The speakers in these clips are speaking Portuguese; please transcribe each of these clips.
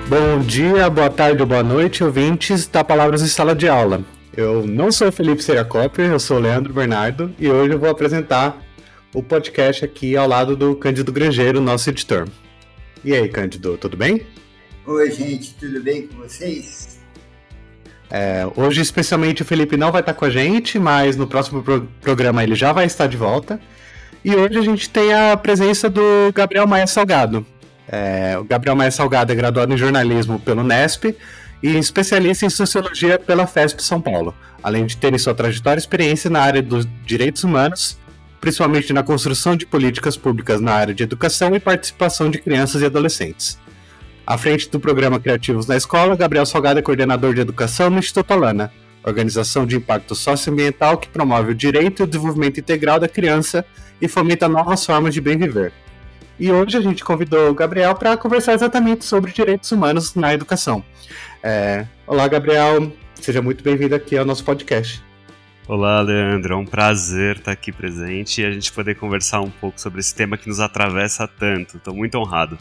Bom dia, boa tarde ou boa noite, ouvintes da Palavras em Sala de Aula. Eu não sou o Felipe Seracopper, eu sou o Leandro Bernardo e hoje eu vou apresentar o podcast aqui ao lado do Cândido Grangeiro, nosso editor. E aí, Cândido, tudo bem? Oi, gente, tudo bem com vocês? Hoje, especialmente, o Felipe não vai estar com a gente, mas no próximo programa ele já vai estar de volta. E hoje a gente tem a presença do Gabriel Maia Salgado. O Gabriel Maia Salgado é graduado em jornalismo pelo Nesp e especialista em sociologia pela FESP São Paulo, além de ter em sua trajetória experiência na área dos direitos humanos, principalmente na construção de políticas públicas na área de educação e participação de crianças e adolescentes. À frente do programa Criativos na Escola, Gabriel Salgado é coordenador de educação no Instituto Alana, organização de impacto socioambiental que promove o direito e o desenvolvimento integral da criança e fomenta novas formas de bem viver. E hoje a gente convidou o Gabriel para conversar exatamente sobre direitos humanos na educação. Olá, Gabriel, seja muito bem-vindo aqui ao nosso podcast. Olá, Leandro, é um prazer estar aqui presente e a gente poder conversar um pouco sobre esse tema que nos atravessa tanto. Estou muito honrado.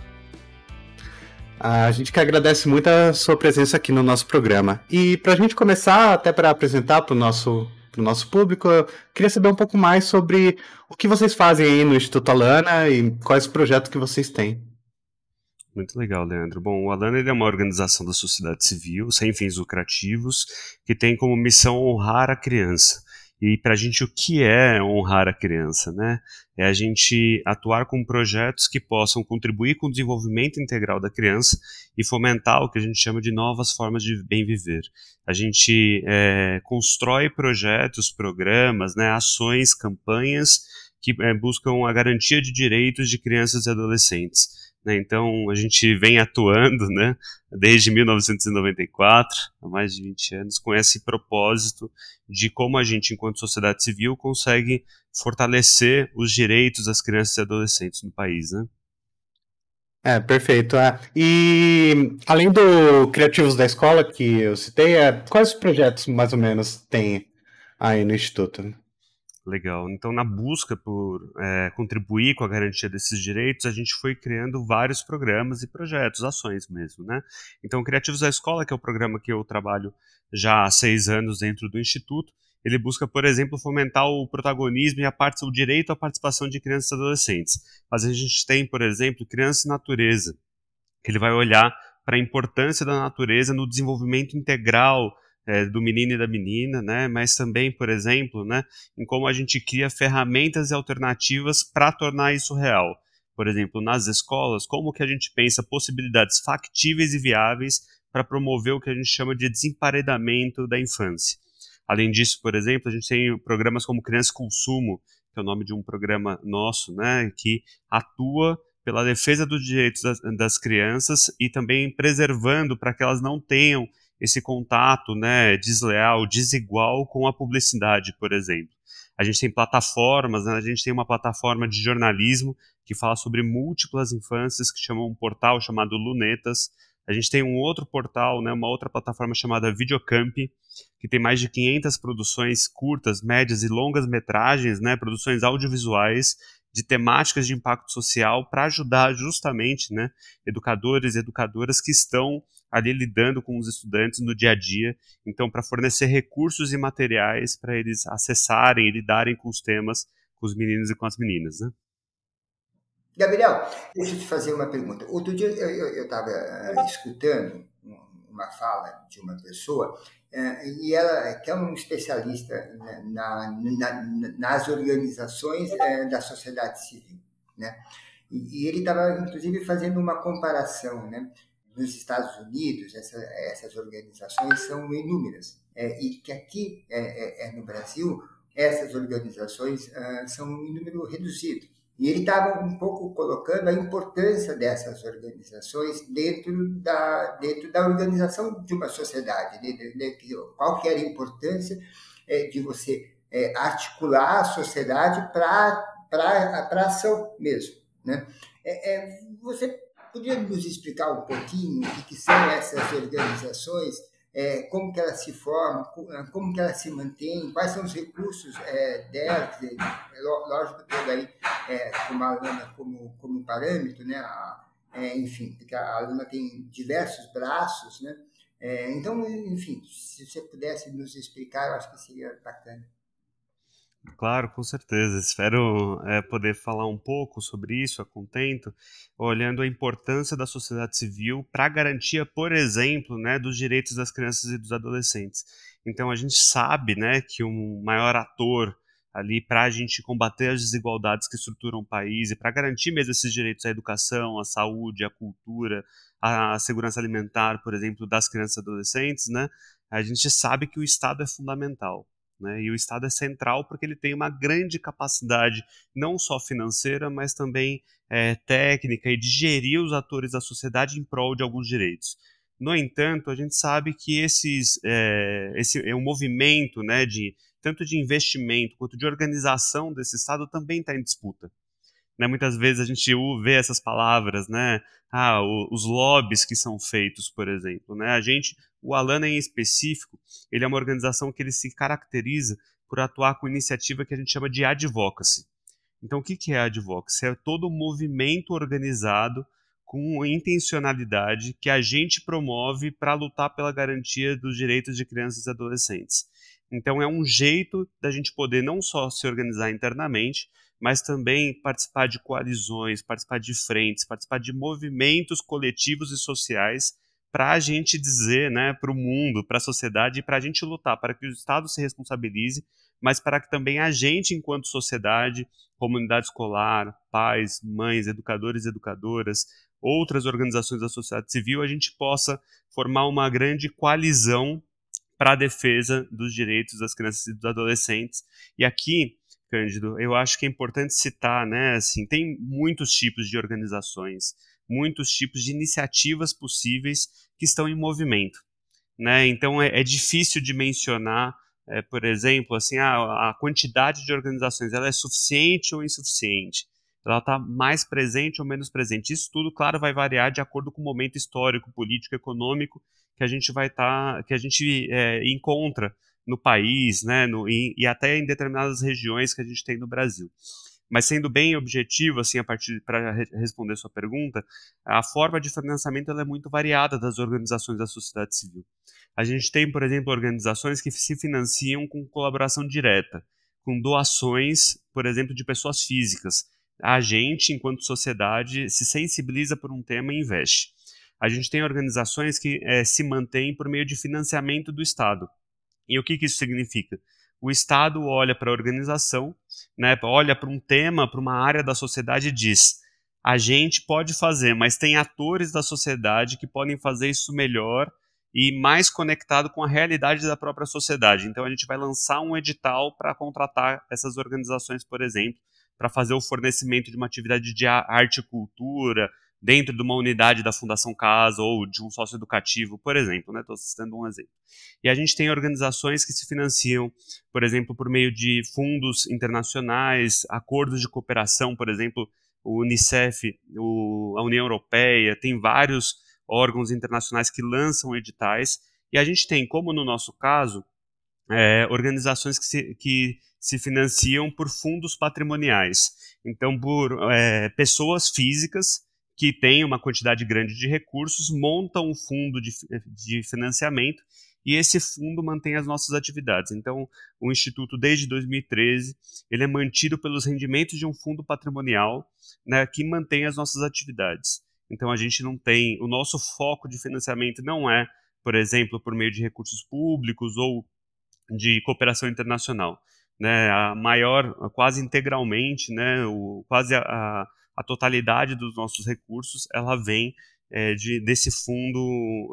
A gente que agradece muito a sua presença aqui no nosso programa. E para a gente começar, até para apresentar para o nosso público, eu queria saber um pouco mais sobre o que vocês fazem aí no Instituto Alana e quais projetos que vocês têm. Muito legal, Leandro. Bom, o Alana é uma organização da sociedade civil, sem fins lucrativos, que tem como missão honrar a criança. E para a gente, o que é honrar a criança, né? É a gente atuar com projetos que possam contribuir com o desenvolvimento integral da criança e fomentar o que a gente chama de novas formas de bem viver. A gente constrói projetos, programas, né, ações, campanhas que buscam a garantia de direitos de crianças e adolescentes. Então, a gente vem atuando, né, desde 1994, há mais de 20 anos, com esse propósito de como a gente, enquanto sociedade civil, consegue fortalecer os direitos das crianças e adolescentes no país, né? Perfeito. E além do Criativos da Escola que eu citei, quais projetos mais ou menos tem aí no Instituto? Legal. Então, na busca por contribuir com a garantia desses direitos, a gente foi criando vários programas e projetos, ações mesmo, né? Então, Criativos da Escola, que é o programa que eu trabalho já há 6 anos dentro do Instituto, ele busca, por exemplo, fomentar o protagonismo e o direito à participação de crianças e adolescentes. Mas a gente tem, por exemplo, Criança e Natureza, que ele vai olhar para a importância da natureza no desenvolvimento integral do menino e da menina, né? Mas também, por exemplo, né, em como a gente cria ferramentas e alternativas para tornar isso real. Por exemplo, nas escolas, como que a gente pensa possibilidades factíveis e viáveis para promover o que a gente chama de desemparedamento da infância. Além disso, por exemplo, a gente tem programas como Criança Consumo, que é o nome de um programa nosso, né, que atua pela defesa dos direitos das crianças e também preservando para que elas não tenham esse contato, né, desleal, desigual com a publicidade, por exemplo. A gente tem plataformas, né, a gente tem uma plataforma de jornalismo que fala sobre múltiplas infâncias, que chama um portal chamado Lunetas. A gente tem um outro portal, né, uma outra plataforma chamada Videocamp, que tem mais de 500 produções curtas, médias e longas metragens, né, produções audiovisuais de temáticas de impacto social para ajudar justamente, né, educadores e educadoras que estão ali lidando com os estudantes no dia a dia, então para fornecer recursos e materiais para eles acessarem e lidarem com os temas com os meninos e com as meninas, né? Gabriel, deixa eu te fazer uma pergunta. Outro dia eu estava escutando uma fala de uma pessoa e ela que é um especialista nas organizações da sociedade civil, né? E ele estava, inclusive, fazendo uma comparação, né? Nos Estados Unidos, essas organizações são inúmeras. E que aqui, no Brasil, essas organizações são em número reduzido. E ele estava um pouco colocando a importância dessas organizações dentro da organização de uma sociedade. Qual que era a importância de você articular a sociedade para a ação mesmo, né? Você podia nos explicar um pouquinho o que são essas organizações, como que elas se formam, como que elas se mantêm, quais são os recursos delas? Lógico, tendo aí uma Alana como parâmetro, né, enfim, porque a aluna tem diversos braços, né? Então, enfim, se você pudesse nos explicar, eu acho que seria bacana. Claro, com certeza. Espero poder falar um pouco sobre isso a contento, olhando a importância da sociedade civil para a garantia, por exemplo, né, dos direitos das crianças e dos adolescentes. Então, a gente sabe, né, que um maior ator ali para a gente combater as desigualdades que estruturam o país e para garantir mesmo esses direitos à educação, à saúde, à cultura, à segurança alimentar, por exemplo, das crianças e adolescentes, né, a gente sabe que o Estado é fundamental. Né? E o Estado é central porque ele tem uma grande capacidade, não só financeira, mas também técnica e de gerir os atores da sociedade em prol de alguns direitos. No entanto, a gente sabe que esse é um movimento, né, tanto de investimento quanto de organização desse Estado também está em disputa. Né, muitas vezes a gente vê essas palavras, né? Os lobbies que são feitos, por exemplo. Né? O Alana em específico, ele é uma organização que ele se caracteriza por atuar com iniciativa que a gente chama de advocacy. Então, o que é advocacy? É todo um movimento organizado com intencionalidade que a gente promove para lutar pela garantia dos direitos de crianças e adolescentes. Então, é um jeito da gente poder não só se organizar internamente, mas também participar de coalizões, participar de frentes, participar de movimentos coletivos e sociais para a gente dizer, né, para o mundo, para a sociedade, e para a gente lutar para que o Estado se responsabilize, mas para que também a gente, enquanto sociedade, comunidade escolar, pais, mães, educadores e educadoras, outras organizações da sociedade civil, a gente possa formar uma grande coalizão para a defesa dos direitos das crianças e dos adolescentes. E aqui, Cândido, eu acho que é importante citar, né, assim, tem muitos tipos de organizações, muitos tipos de iniciativas possíveis que estão em movimento, né? Então é difícil de mencionar, por exemplo, assim, a quantidade de organizações, ela é suficiente ou insuficiente? Ela está mais presente ou menos presente? Isso tudo, claro, vai variar de acordo com o momento histórico, político, econômico que a gente que a gente encontra no país, né, e até em determinadas regiões que a gente tem no Brasil. Mas sendo bem objetivo, assim, para responder sua pergunta, a forma de financiamento ela é muito variada das organizações da sociedade civil. A gente tem, por exemplo, organizações que se financiam com colaboração direta, com doações, por exemplo, de pessoas físicas. A gente, enquanto sociedade, se sensibiliza por um tema e investe. A gente tem organizações que se mantêm por meio de financiamento do Estado. E o que isso significa? O Estado olha para a organização, né, olha para um tema, para uma área da sociedade e diz: a gente pode fazer, mas tem atores da sociedade que podem fazer isso melhor e mais conectado com a realidade da própria sociedade. Então a gente vai lançar um edital para contratar essas organizações, por exemplo, para fazer o fornecimento de uma atividade de arte e cultura dentro de uma unidade da Fundação Casa ou de um sócio educativo, por exemplo, né? Estou citando um exemplo. E a gente tem organizações que se financiam, por exemplo, por meio de fundos internacionais, acordos de cooperação, por exemplo, o Unicef, a União Europeia, tem vários órgãos internacionais que lançam editais, e a gente tem, como no nosso caso, organizações que se financiam por fundos patrimoniais. Então, por pessoas físicas que têm uma quantidade grande de recursos, montam um fundo de financiamento e esse fundo mantém as nossas atividades. Então, o Instituto, desde 2013, ele é mantido pelos rendimentos de um fundo patrimonial, né, que mantém as nossas atividades. Então, a gente não tem... O nosso foco de financiamento não é, por exemplo, por meio de recursos públicos ou de cooperação internacional. Né, quase integralmente, né, quase a totalidade dos nossos recursos, ela vem desse fundo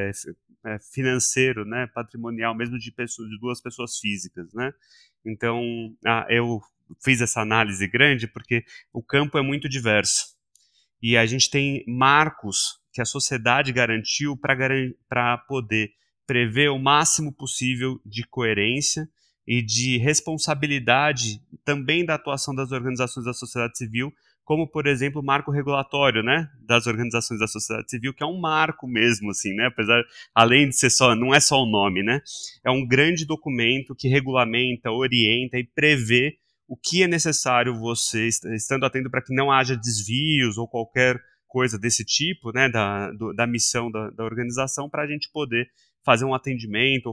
financeiro, né, patrimonial, mesmo de duas pessoas físicas. Né? Então, eu fiz essa análise grande porque o campo é muito diverso. E a gente tem marcos que a sociedade garantiu para poder prever o máximo possível de coerência e de responsabilidade também da atuação das organizações da sociedade civil, como, por exemplo, o marco regulatório, né, das organizações da sociedade civil, que é um marco mesmo, assim, né, além de ser não é só o nome, né, é um grande documento que regulamenta, orienta e prevê o que é necessário você, estando atento para que não haja desvios ou qualquer coisa desse tipo, né, da missão da organização, para a gente poder fazer um atendimento ou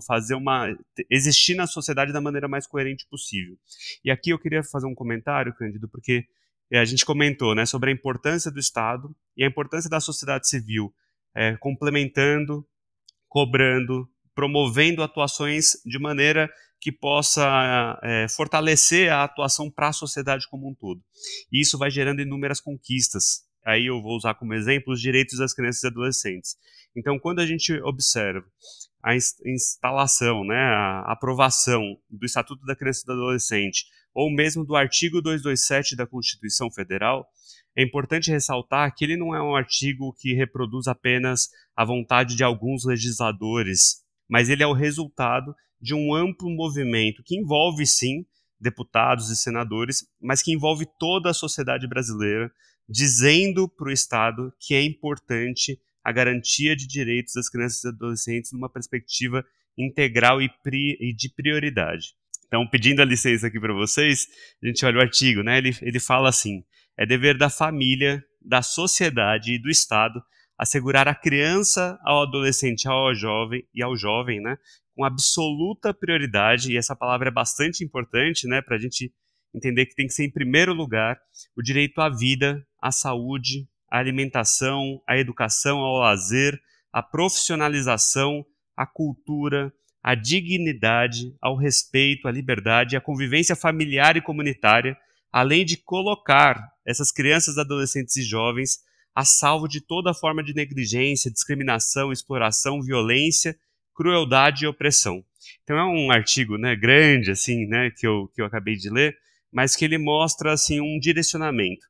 existir na sociedade da maneira mais coerente possível. E aqui eu queria fazer um comentário, Cândido, porque a gente comentou, né, sobre a importância do Estado e a importância da sociedade civil, complementando, cobrando, promovendo atuações de maneira que possa fortalecer a atuação para a sociedade como um todo. E isso vai gerando inúmeras conquistas. Aí eu vou usar como exemplo os direitos das crianças e adolescentes. Então, quando a gente observa a instalação, né, a aprovação do Estatuto da Criança e do Adolescente, ou mesmo do artigo 227 da Constituição Federal, é importante ressaltar que ele não é um artigo que reproduz apenas a vontade de alguns legisladores, mas ele é o resultado de um amplo movimento que envolve, sim, deputados e senadores, mas que envolve toda a sociedade brasileira, dizendo para o Estado que é importante a garantia de direitos das crianças e adolescentes numa perspectiva integral e de prioridade. Então, pedindo a licença aqui para vocês, a gente olha o artigo, né? Ele fala assim: é dever da família, da sociedade e do Estado assegurar à criança, ao adolescente, ao jovem, né, com absoluta prioridade, e essa palavra é bastante importante, né, para a gente entender que tem que ser, em primeiro lugar, o direito à vida, à saúde, à alimentação, à educação, ao lazer, à profissionalização, à cultura, à dignidade, ao respeito, à liberdade, à convivência familiar e comunitária, além de colocar essas crianças, adolescentes e jovens a salvo de toda forma de negligência, discriminação, exploração, violência, crueldade e opressão. Então é um artigo, né, grande assim, né, que eu acabei de ler, mas que ele mostra assim um direcionamento.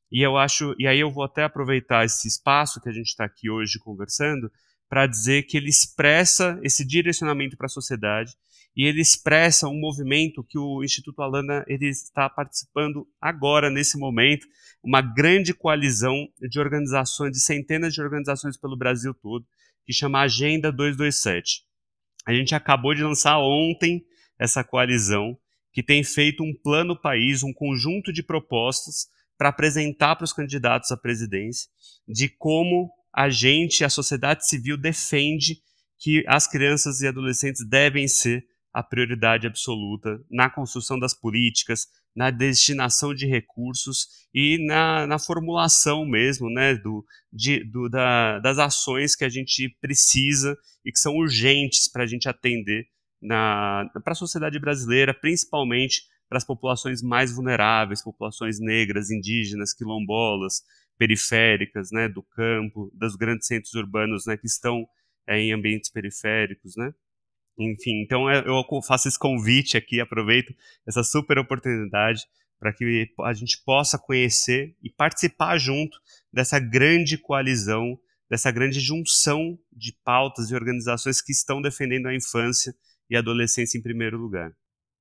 E aí eu vou até aproveitar esse espaço que a gente está aqui hoje conversando para dizer que ele expressa esse direcionamento para a sociedade e ele expressa um movimento que o Instituto Alana ele está participando agora, nesse momento, uma grande coalizão de organizações, de centenas de organizações pelo Brasil todo, que chama Agenda 227. A gente acabou de lançar ontem essa coalizão, que tem feito um plano país, um conjunto de propostas para apresentar para os candidatos à presidência de como a sociedade civil defende que as crianças e adolescentes devem ser a prioridade absoluta na construção das políticas, na destinação de recursos e na formulação mesmo, né, das ações que a gente precisa e que são urgentes para a gente atender para a sociedade brasileira, principalmente para as populações mais vulneráveis, populações negras, indígenas, quilombolas, periféricas, né, do campo, dos grandes centros urbanos, né, que estão em ambientes periféricos, né? Enfim, então eu faço esse convite aqui, aproveito essa super oportunidade para que a gente possa conhecer e participar junto dessa grande coalizão, dessa grande junção de pautas e organizações que estão defendendo a infância e a adolescência em primeiro lugar.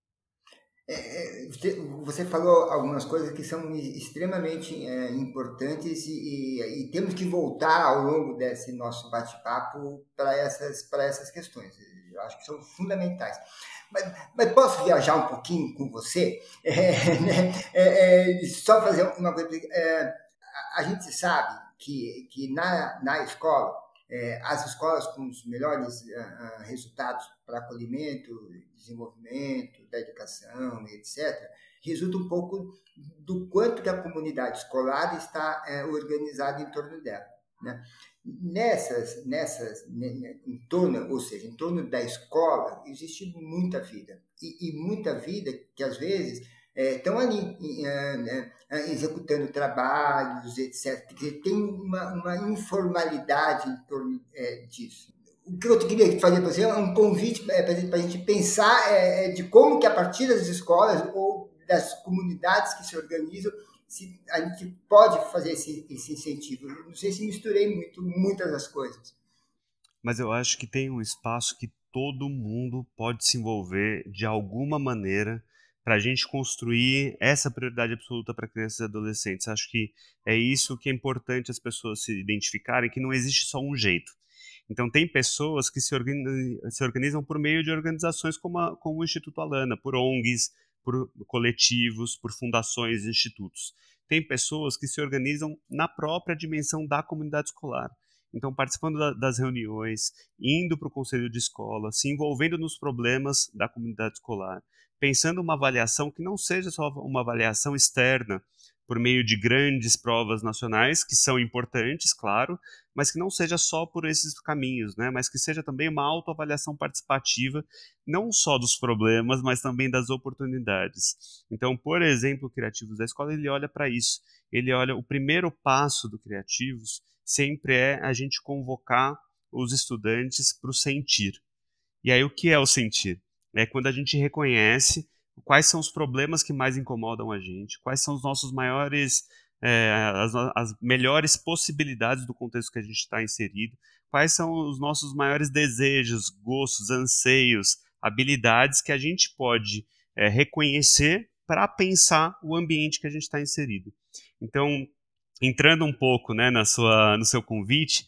Você falou algumas coisas que são extremamente importantes e temos que voltar ao longo desse nosso bate-papo para essas questões. Eu acho que são fundamentais. Mas posso viajar um pouquinho com você? Só fazer uma coisa. A gente sabe que na escola, as escolas com os melhores resultados para acolhimento, desenvolvimento da educação, etc., resulta um pouco do quanto que a comunidade escolar está organizada em torno dela, né? Em torno da escola, existe muita vida. E muita vida que, às vezes, estão ali executando trabalhos, etc. Tem uma informalidade em torno disso. O que eu queria fazer para você é um convite para a gente pensar de como que, a partir das escolas ou das comunidades que se organizam, a gente pode fazer esse incentivo. Eu não sei se misturei muitas das coisas. Mas eu acho que tem um espaço que todo mundo pode se envolver de alguma maneira para a gente construir essa prioridade absoluta para crianças e adolescentes. Acho que é isso que é importante as pessoas se identificarem, que não existe só um jeito. Então, tem pessoas que se organizam por meio de organizações como o Instituto Alana, por ONGs, por coletivos, por fundações e institutos. tem pessoas que se organizam na própria dimensão da comunidade escolar. Então, participando das reuniões, indo para o conselho de escola, se envolvendo nos problemas da comunidade escolar, pensando uma avaliação que não seja só uma avaliação externa, por meio de grandes provas nacionais, que são importantes, claro, mas que não seja só por esses caminhos, né? Mas que seja também uma autoavaliação participativa, não só dos problemas, mas também das oportunidades. Então, por exemplo, o Criativos da Escola, ele olha para isso. Ele olha, o primeiro passo do Criativos sempre é a gente convocar os estudantes para o sentir. E aí, o que é o sentir? É quando a gente reconhece quais são os problemas que mais incomodam a gente, quais são os nossos maiores, as melhores possibilidades do contexto que a gente está inserido, quais são os nossos maiores desejos, gostos, anseios, habilidades que a gente pode reconhecer para pensar o ambiente que a gente está inserido. Então, entrando um pouco, né, no seu convite,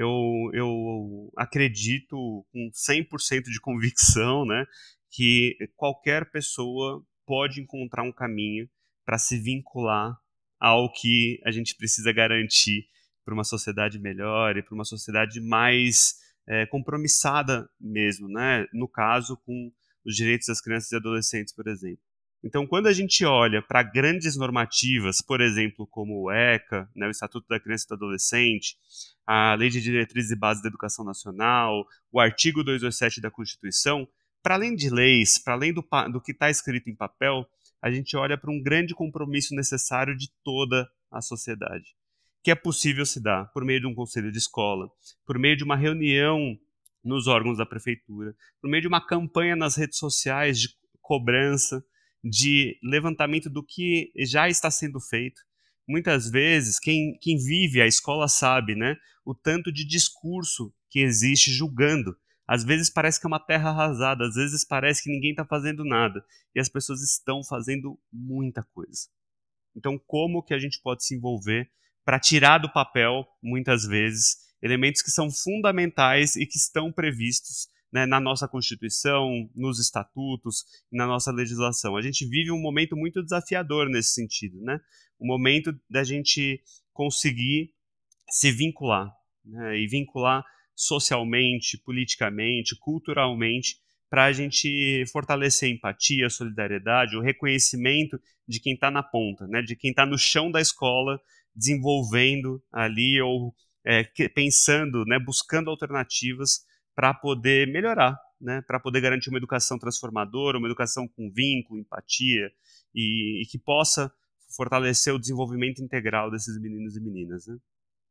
eu acredito com 100% de convicção, né, que qualquer pessoa pode encontrar um caminho para se vincular ao que a gente precisa garantir para uma sociedade melhor e para uma sociedade mais compromissada mesmo, né? No caso, com os direitos das crianças e adolescentes, por exemplo. Então, quando a gente olha para grandes normativas, por exemplo, como o ECA, né, o Estatuto da Criança e do Adolescente, a Lei de Diretrizes e Bases da Educação Nacional, o artigo 227 da Constituição, para além de leis, para além do que está escrito em papel, a gente olha para um grande compromisso necessário de toda a sociedade, que é possível se dar por meio de um conselho de escola, por meio de uma reunião nos órgãos da prefeitura, por meio de uma campanha nas redes sociais de cobrança, de levantamento do que já está sendo feito. Muitas vezes, quem vive a escola sabe, né, o tanto de discurso que existe julgando. Às vezes parece que é uma terra arrasada, às vezes parece que ninguém está fazendo nada. E as pessoas estão fazendo muita coisa. Então, como que a gente pode se envolver para tirar do papel, muitas vezes, elementos que são fundamentais e que estão previstos, né, na nossa Constituição, nos estatutos, na nossa legislação. A gente vive um momento muito desafiador nesse sentido, né? Um momento da gente conseguir se vincular, né? E vincular socialmente, politicamente, culturalmente, para a gente fortalecer a empatia, a solidariedade, o reconhecimento de quem está na ponta, né? De quem está no chão da escola, desenvolvendo ali ou pensando, né? Buscando alternativas para poder melhorar, né? Para poder garantir uma educação transformadora, uma educação com vínculo, empatia e que possa fortalecer o desenvolvimento integral desses meninos e meninas, né?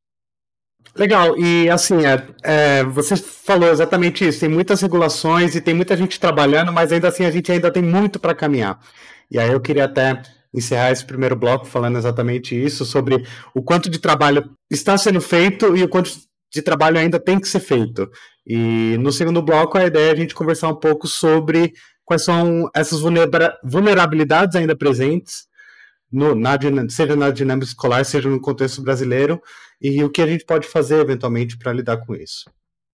Legal, e assim, você falou exatamente isso, tem muitas regulações e tem muita gente trabalhando, mas ainda assim a gente ainda tem muito para caminhar. E aí eu queria até encerrar esse primeiro bloco falando exatamente isso, sobre o quanto de trabalho está sendo feito e o quanto de trabalho ainda tem que ser feito. E no segundo bloco a ideia é a gente conversar um pouco sobre quais são essas vulnerabilidades ainda presentes, seja na dinâmica escolar, seja no contexto brasileiro, e o que a gente pode fazer eventualmente para lidar com isso.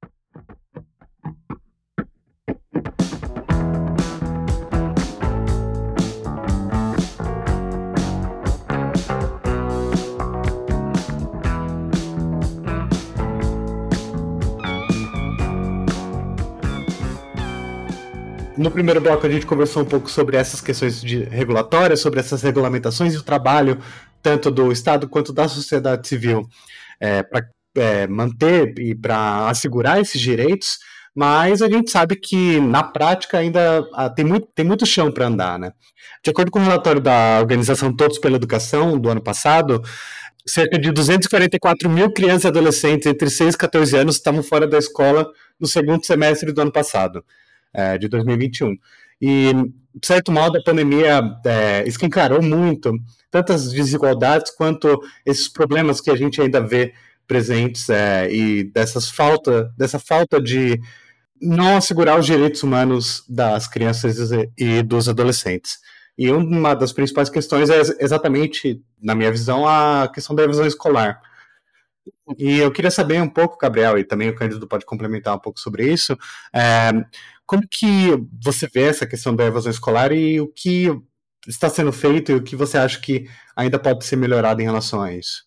No primeiro bloco a gente conversou um pouco sobre essas questões regulatórias, sobre essas regulamentações e o trabalho tanto do Estado quanto da sociedade civil para manter e para assegurar esses direitos, mas a gente sabe que na prática ainda tem muito chão para andar, né? De acordo com o relatório da organização Todos pela Educação do ano passado, cerca de 244 mil crianças e adolescentes entre 6 e 14 anos estavam fora da escola no segundo semestre do ano passado, de 2021. E, de certo modo, a pandemia escancarou muito tantas desigualdades quanto esses problemas que a gente ainda vê presentes e dessa falta de não assegurar os direitos humanos das crianças e dos adolescentes. E uma das principais questões é exatamente, na minha visão, a questão da evasão escolar. E eu queria saber um pouco, Gabriel, e também o Cândido pode complementar um pouco sobre isso, como que você vê essa questão da evasão escolar e o que está sendo feito e o que você acha que ainda pode ser melhorado em relação a isso?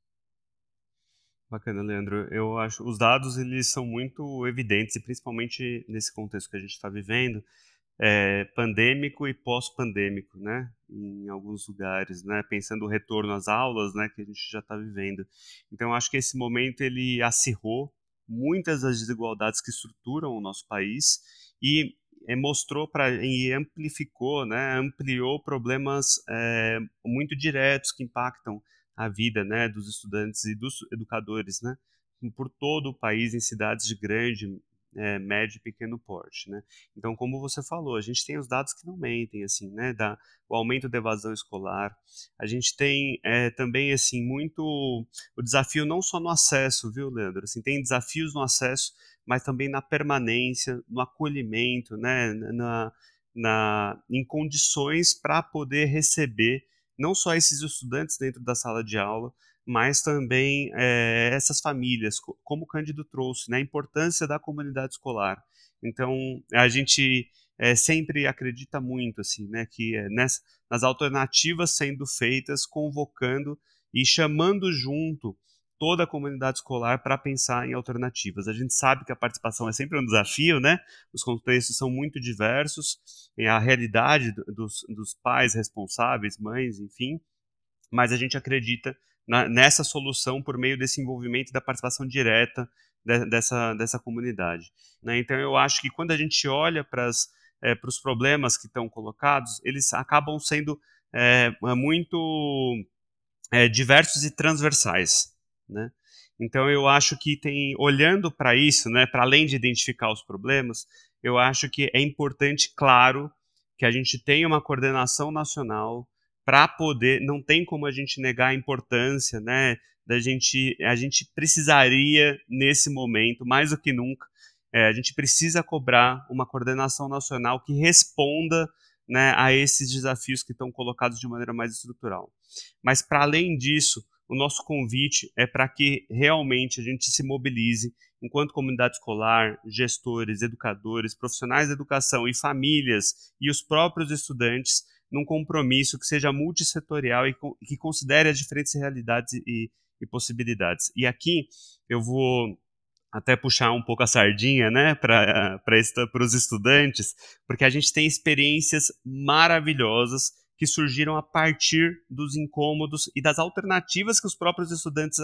Bacana, Leandro. Eu acho os dados eles são muito evidentes e principalmente nesse contexto que a gente está vivendo, pandêmico e pós-pandêmico, né? Em alguns lugares, né? Pensando o retorno às aulas, né? Que a gente já está vivendo. Então, eu acho que esse momento ele acirrou muitas das desigualdades que estruturam o nosso país e mostrou e amplificou, né? Ampliou problemas muito diretos que impactam a vida, né? Dos estudantes e dos educadores, né? Por todo o país, em cidades de grande, médio e pequeno porte, né? Então, como você falou, a gente tem os dados que não mentem, assim, né? O aumento da evasão escolar. A gente tem também, assim, muito o desafio não só no acesso, viu, Leandro? Assim, tem desafios no acesso, mas também na permanência, no acolhimento, né? Em condições para poder receber não só esses estudantes dentro da sala de aula, mas também essas famílias, como o Cândido trouxe, né, a importância da comunidade escolar. Então, a gente sempre acredita muito assim, né, que nas alternativas sendo feitas, convocando e chamando junto toda a comunidade escolar para pensar em alternativas. A gente sabe que a participação é sempre um desafio, né? Os contextos são muito diversos, a realidade dos pais responsáveis, mães, enfim, mas a gente acredita nessa solução por meio desse envolvimento e da participação direta dessa comunidade, né? Então eu acho que quando a gente olha para os problemas que estão colocados, eles acabam sendo muito diversos e transversais, né? Então eu acho que olhando para isso, né, para além de identificar os problemas, eu acho que é importante, claro, que a gente tenha uma coordenação nacional para poder, não tem como a gente negar a importância, né, a gente precisaria nesse momento, mais do que nunca, a gente precisa cobrar uma coordenação nacional que responda, né, a esses desafios que estão colocados de maneira mais estrutural. Mas, para além disso, o nosso convite é para que realmente a gente se mobilize enquanto comunidade escolar, gestores, educadores, profissionais da educação e famílias e os próprios estudantes num compromisso que seja multissetorial e que considere as diferentes realidades e possibilidades. E aqui eu vou até puxar um pouco a sardinha, né, para os estudantes, porque a gente tem experiências maravilhosas que surgiram a partir dos incômodos e das alternativas que os próprios estudantes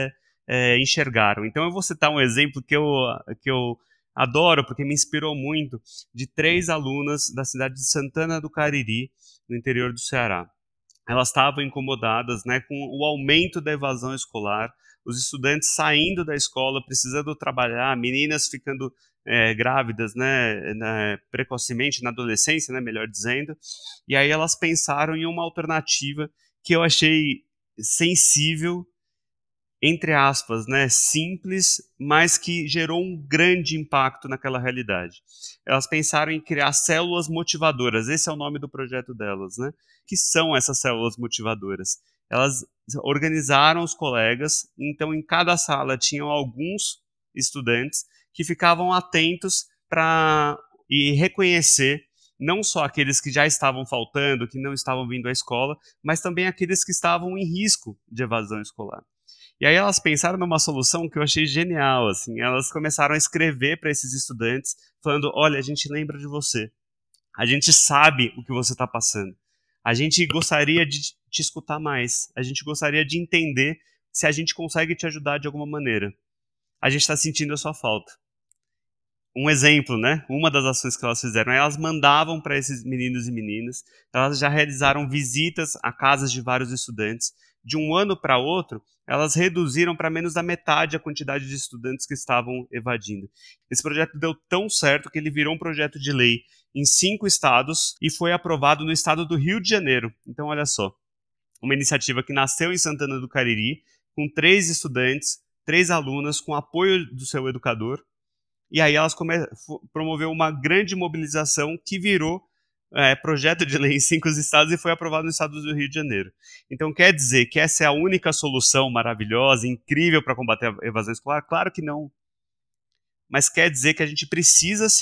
enxergaram. Então eu vou citar um exemplo que eu adoro, porque me inspirou muito, de 3 alunas da cidade de Santana do Cariri, no interior do Ceará. Elas estavam incomodadas, né, com o aumento da evasão escolar, os estudantes saindo da escola, precisando trabalhar, meninas ficando grávidas, né, precocemente, na adolescência, né, melhor dizendo, e aí elas pensaram em uma alternativa que eu achei sensível, entre aspas, né, simples, mas que gerou um grande impacto naquela realidade. Elas pensaram em criar células motivadoras, esse é o nome do projeto delas, né? Que são essas células motivadoras? Elas organizaram os colegas, então em cada sala tinham alguns estudantes que ficavam atentos para reconhecer não só aqueles que já estavam faltando, que não estavam vindo à escola, mas também aqueles que estavam em risco de evasão escolar. E aí elas pensaram numa solução que eu achei genial, assim. Elas começaram a escrever para esses estudantes, falando: olha, a gente lembra de você. A gente sabe o que você está passando. A gente gostaria de te escutar mais. A gente gostaria de entender se a gente consegue te ajudar de alguma maneira. A gente está sentindo a sua falta. Um exemplo, né? Uma das ações que elas fizeram, elas mandavam para esses meninos e meninas, elas já realizaram visitas a casas de vários estudantes. De um ano para outro, elas reduziram para menos da metade a quantidade de estudantes que estavam evadindo. Esse projeto deu tão certo que ele virou um projeto de lei em 5 estados e foi aprovado no estado do Rio de Janeiro. Então, olha só, uma iniciativa que nasceu em Santana do Cariri, com 3 estudantes, 3 alunas, com apoio do seu educador. E aí elas promoveu uma grande mobilização que virou projeto de lei em 5 estados e foi aprovado no estado do Rio de Janeiro. Então quer dizer que essa é a única solução maravilhosa, incrível para combater a evasão escolar? Claro que não. Mas quer dizer que a gente precisa, sim,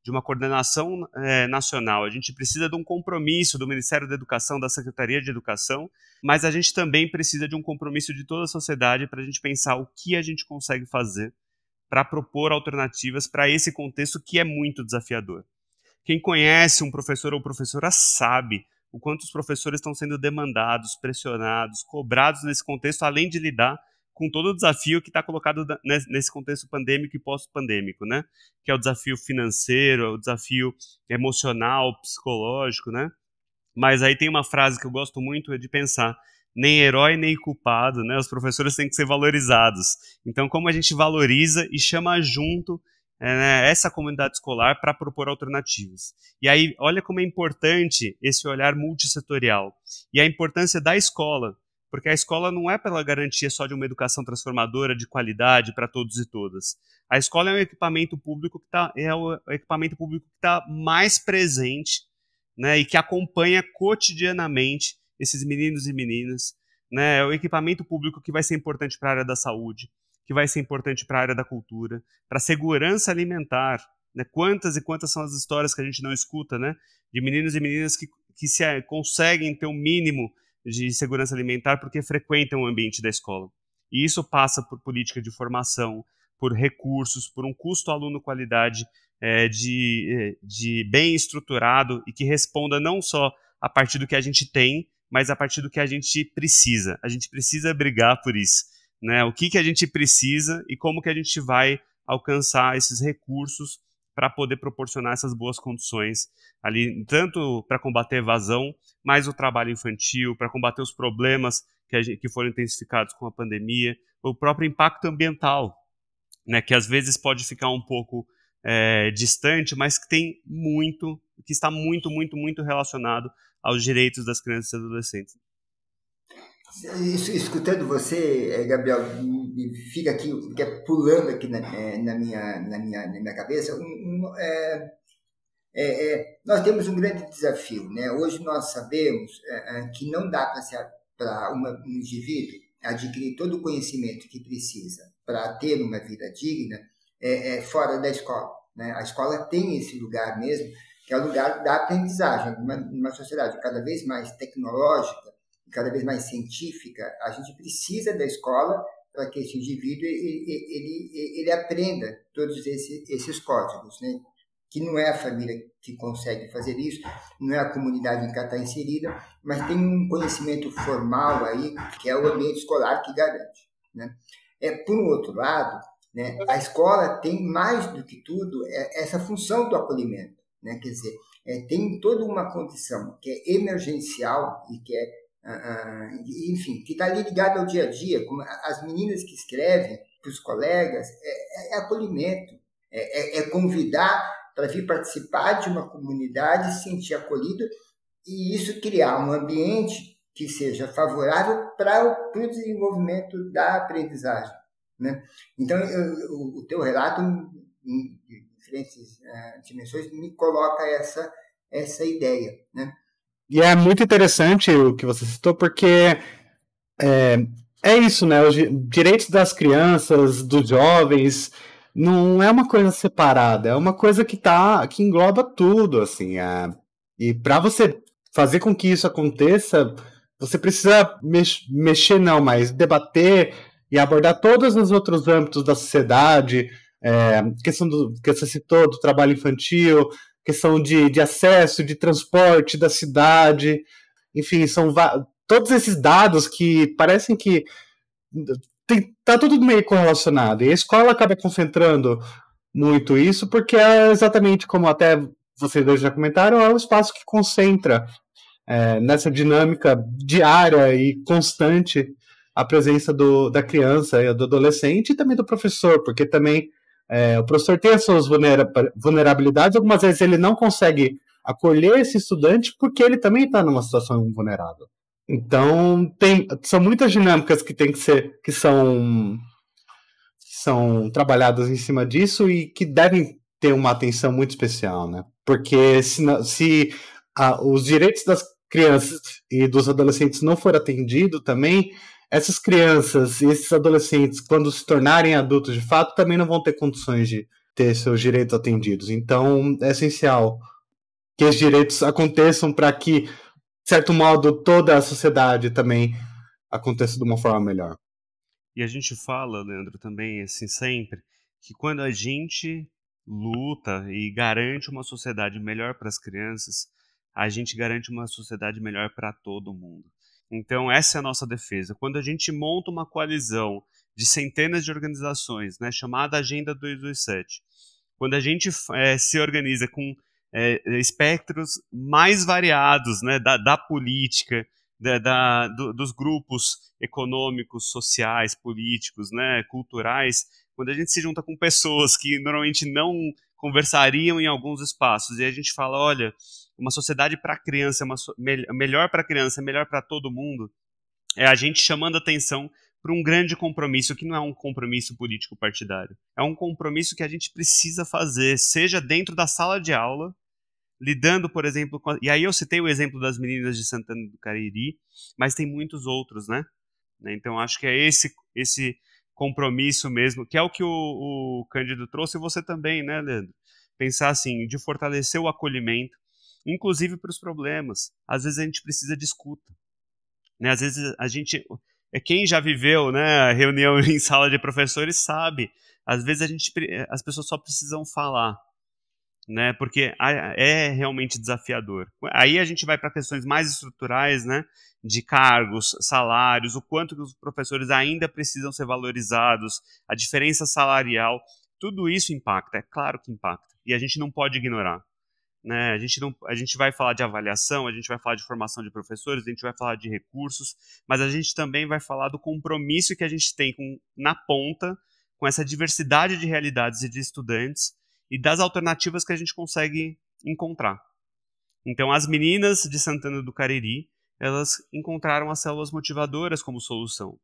de uma coordenação nacional, a gente precisa de um compromisso do Ministério da Educação, da Secretaria de Educação, mas a gente também precisa de um compromisso de toda a sociedade para a gente pensar o que a gente consegue fazer para propor alternativas para esse contexto que é muito desafiador. Quem conhece um professor ou professora sabe o quanto os professores estão sendo demandados, pressionados, cobrados nesse contexto, além de lidar com todo o desafio que está colocado nesse contexto pandêmico e pós-pandêmico, né? Que é o desafio financeiro, o desafio emocional, psicológico, né? Mas aí tem uma frase que eu gosto muito de pensar: nem herói nem culpado, né? Os professores têm que ser valorizados. Então, como a gente valoriza e chama junto essa comunidade escolar para propor alternativas. E aí, olha como é importante esse olhar multissetorial e a importância da escola, porque a escola não é pela garantia só de uma educação transformadora, de qualidade para todos e todas. A escola é um equipamento público que está mais presente, né, e que acompanha cotidianamente esses meninos e meninas. Né, é o equipamento público que vai ser importante para a área da saúde, que vai ser importante para a área da cultura, para a segurança alimentar. Né? Quantas e quantas são as histórias que a gente não escuta, né? De meninos e meninas que conseguem ter um mínimo de segurança alimentar porque frequentam o ambiente da escola. E isso passa por política de formação, por recursos, por um custo-aluno-qualidade de bem estruturado e que responda não só a partir do que a gente tem, mas a partir do que a gente precisa. A gente precisa brigar por isso. Né, o que a gente precisa e como que a gente vai alcançar esses recursos para poder proporcionar essas boas condições ali, tanto para combater a evasão, mas o trabalho infantil, para combater os problemas que foram intensificados com a pandemia, o próprio impacto ambiental, né, que às vezes pode ficar um pouco distante, mas que está muito, muito, muito relacionado aos direitos das crianças e adolescentes. Escutando você, Gabriel, fica aqui, pulando aqui na minha cabeça. Nós temos um grande desafio, né? Hoje nós sabemos que não dá para um indivíduo adquirir todo o conhecimento que precisa para ter uma vida digna fora da escola. Né? A escola tem esse lugar mesmo, que é o lugar da aprendizagem. Numa sociedade cada vez mais tecnológica, cada vez mais científica, a gente precisa da escola para que esse indivíduo ele aprenda todos esses códigos, né? Que não é a família que consegue fazer isso, não é a comunidade em que está inserida, mas tem um conhecimento formal aí, que é o ambiente escolar que garante. Né? Por um outro lado, né, a escola tem mais do que tudo essa função do acolhimento. Né? Quer dizer, tem toda uma condição que é emergencial e que enfim, que está ali ligado ao dia a dia, como as meninas que escrevem para os colegas, acolhimento, convidar para vir participar de uma comunidade, se sentir acolhido e isso criar um ambiente que seja favorável para o desenvolvimento da aprendizagem. Né? Então, o teu relato, em diferentes dimensões, me coloca essa ideia, né? E é muito interessante o que você citou, porque é isso, né? Os direitos das crianças, dos jovens, não é uma coisa separada, é uma coisa que engloba tudo, assim. E para você fazer com que isso aconteça, você precisa mexer não, mas debater e abordar todos os outros âmbitos da sociedade, questão que você citou do trabalho infantil, questão de acesso, de transporte da cidade, enfim, são todos esses dados que parecem que tá tudo meio correlacionado, e a escola acaba concentrando muito isso, porque é exatamente como até vocês dois já comentaram, é o espaço que concentra nessa dinâmica diária e constante a presença da criança e do adolescente e também do professor, porque também o professor tem as suas vulnerabilidades, algumas vezes ele não consegue acolher esse estudante porque ele também está numa situação vulnerável. Então, são muitas dinâmicas que são trabalhadas em cima disso e que devem ter uma atenção muito especial, né? Porque se os direitos das crianças e dos adolescentes não forem atendidos também, essas crianças e esses adolescentes, quando se tornarem adultos de fato, também não vão ter condições ter seus direitos atendidos. Então, é essencial que esses direitos aconteçam para que, de certo modo, toda a sociedade também aconteça de uma forma melhor. E a gente fala, Leandro, também, assim, sempre, que quando a gente luta e garante uma sociedade melhor para as crianças, a gente garante uma sociedade melhor para todo mundo. Então, essa é a nossa defesa. Quando a gente monta uma coalizão de centenas de organizações, né, chamada Agenda 227, quando a gente se organiza com espectros mais variados, né, da política, dos grupos econômicos, sociais, políticos, né, culturais, quando a gente se junta com pessoas que normalmente não conversariam em alguns espaços e a gente fala, olha, uma sociedade para a criança, melhor para a criança, melhor para todo mundo, é a gente chamando atenção para um grande compromisso que não é um compromisso político partidário. É um compromisso que a gente precisa fazer, seja dentro da sala de aula, lidando, por exemplo, e aí eu citei o exemplo das meninas de Santana do Cariri, mas tem muitos outros, né? Então acho que é esse compromisso mesmo, que é o que o Cândido trouxe, e você também, né, Leandro? Pensar assim, de fortalecer o acolhimento, inclusive para os problemas. Às vezes a gente precisa de escuta, né? Às vezes a gente, quem já viveu, né, a reunião em sala de professores sabe, às vezes as pessoas só precisam falar, né? Porque é realmente desafiador. Aí a gente vai para questões mais estruturais, né? De cargos, salários, o quanto que os professores ainda precisam ser valorizados, a diferença salarial, tudo isso impacta, é claro que impacta. E a gente não pode ignorar. Né? A gente vai falar de avaliação, a gente vai falar de formação de professores, a gente vai falar de recursos, mas a gente também vai falar do compromisso que a gente tem na ponta com essa diversidade de realidades e de estudantes e das alternativas que a gente consegue encontrar. Então, as meninas de Santana do Cariri, elas encontraram as células motivadoras como solução.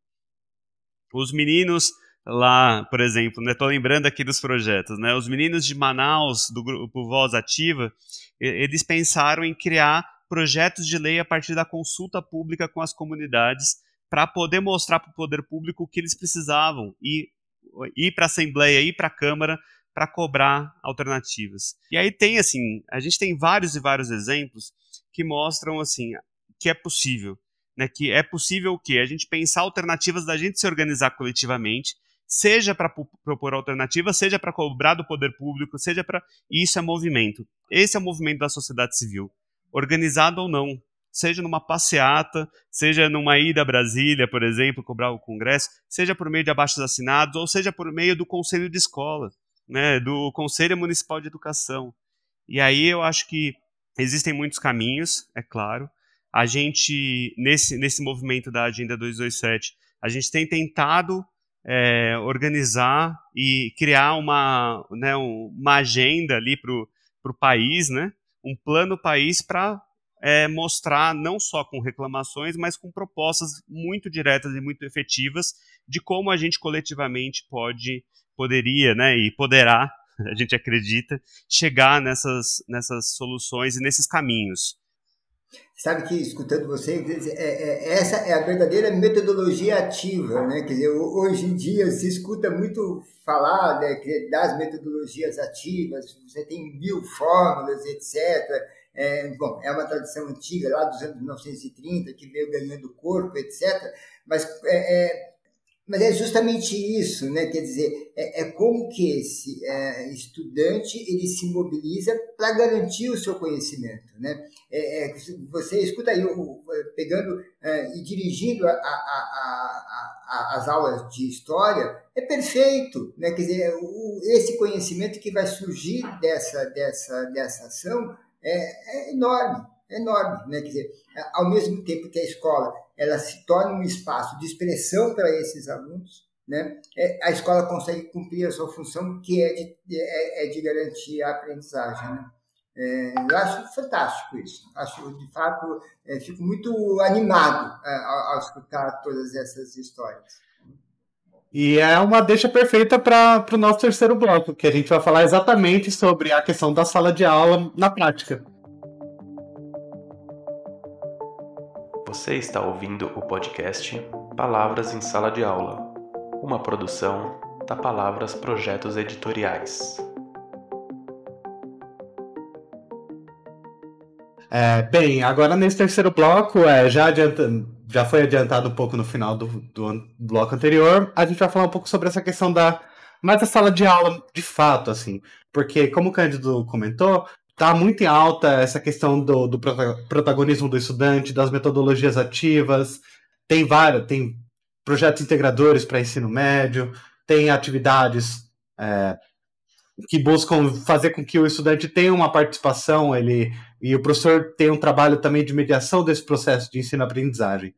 Os meninos lá, por exemplo, né, tô lembrando aqui dos projetos, né, os meninos de Manaus, do grupo Voz Ativa, eles pensaram em criar projetos de lei a partir da consulta pública com as comunidades para poder mostrar para o poder público o que eles precisavam e ir para a Assembleia, ir para a Câmara para cobrar alternativas. E aí tem assim, a gente tem vários e vários exemplos que mostram assim que é possível, né? Que é possível o quê? A gente pensar alternativas da gente se organizar coletivamente, seja para propor alternativas, seja para cobrar do poder público, seja para isso é movimento. Esse é o movimento da sociedade civil, organizado ou não. Seja numa passeata, seja numa ida a Brasília, por exemplo, cobrar o Congresso, seja por meio de abaixo-assinados, ou seja por meio do Conselho de Escola, né, do Conselho Municipal de Educação. E aí eu acho que existem muitos caminhos, é claro. A gente, nesse movimento da Agenda 227, a gente tem tentado organizar e criar uma agenda ali para o país, né, um plano país para mostrar não só com reclamações, mas com propostas muito diretas e muito efetivas de como a gente coletivamente poderia, né, e poderá, a gente acredita, chegar nessas soluções e nesses caminhos. Sabe que, escutando você, essa é a verdadeira metodologia ativa, né? Quer dizer, hoje em dia se escuta muito falar, né, das metodologias ativas, você tem 1000 fórmulas, etc. Bom, é uma tradição antiga, lá dos anos 1930, que veio ganhando corpo, etc. Mas é justamente isso, né? Quer dizer, como que esse estudante ele se mobiliza para garantir o seu conhecimento, né? Você escuta aí, pegando e dirigindo as aulas de história, é perfeito, né? Quer dizer, esse conhecimento que vai surgir dessa ação é enorme, né? Quer dizer, ao mesmo tempo que a escola ela se torna um espaço de expressão para esses alunos, né? A escola consegue cumprir a sua função, que é de garantir a aprendizagem, né? Eu acho fantástico isso. Acho, de fato, fico muito animado ao escutar todas essas histórias. E é uma deixa perfeita para o nosso terceiro bloco, que a gente vai falar exatamente sobre a questão da sala de aula na prática. Você está ouvindo o podcast Palavras em Sala de Aula, uma produção da Palavras Projetos Editoriais. Bem, agora nesse terceiro bloco, já foi adiantado um pouco no final do bloco anterior, a gente vai falar um pouco sobre essa questão mais da sala de aula, de fato, assim, porque, como o Cândido comentou, está muito em alta essa questão do protagonismo do estudante, das metodologias ativas, tem projetos integradores para ensino médio, tem atividades que buscam fazer com que o estudante tenha uma participação, e o professor tenha um trabalho também de mediação desse processo de ensino-aprendizagem.